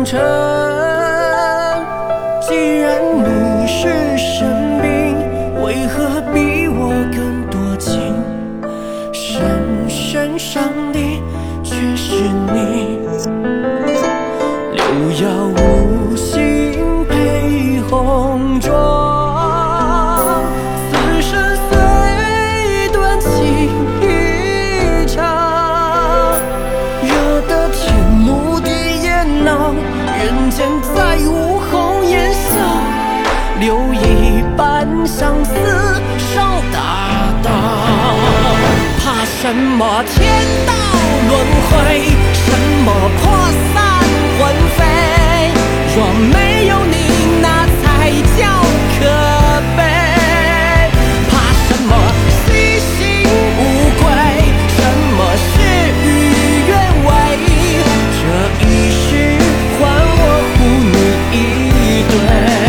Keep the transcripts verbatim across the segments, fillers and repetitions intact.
程。既然你是生病，为何比我更多情？深深伤的却是你，留药无心配红妆，此生虽短情一场，惹得天怒地也恼，人间再无红颜笑，留一半相思上大道。怕什么天道轮回，什么破散魂飞，若没有你那才叫可悲。怕什么西行无归，什么事与愿违，这一世还我护你一对。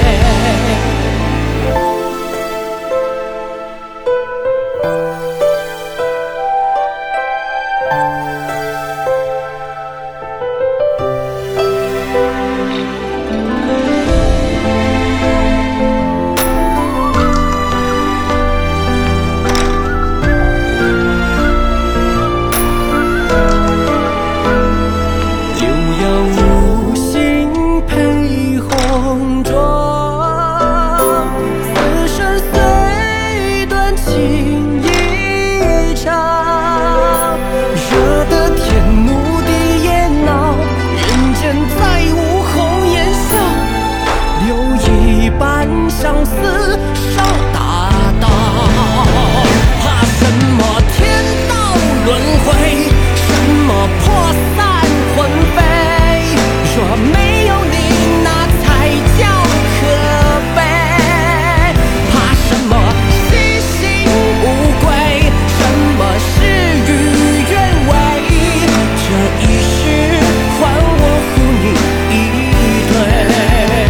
相思上大道，怕什么天道轮回，什么破散魂飞，若没有你那才叫可悲。怕什么西行无归，什么事与愿违，这一世还我护你一对。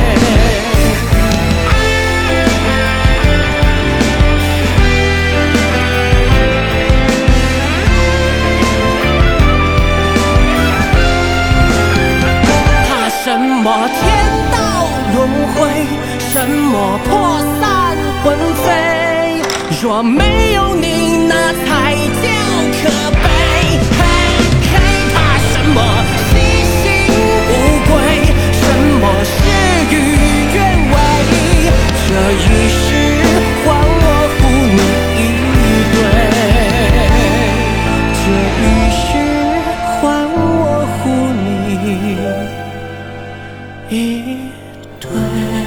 什么天道轮回，什么破散魂飞，若没有你那才叫可悲。嘿嘿，怕什么西行无归，什么事与愿违，这一世还我护你一对，这一世还我护你一对。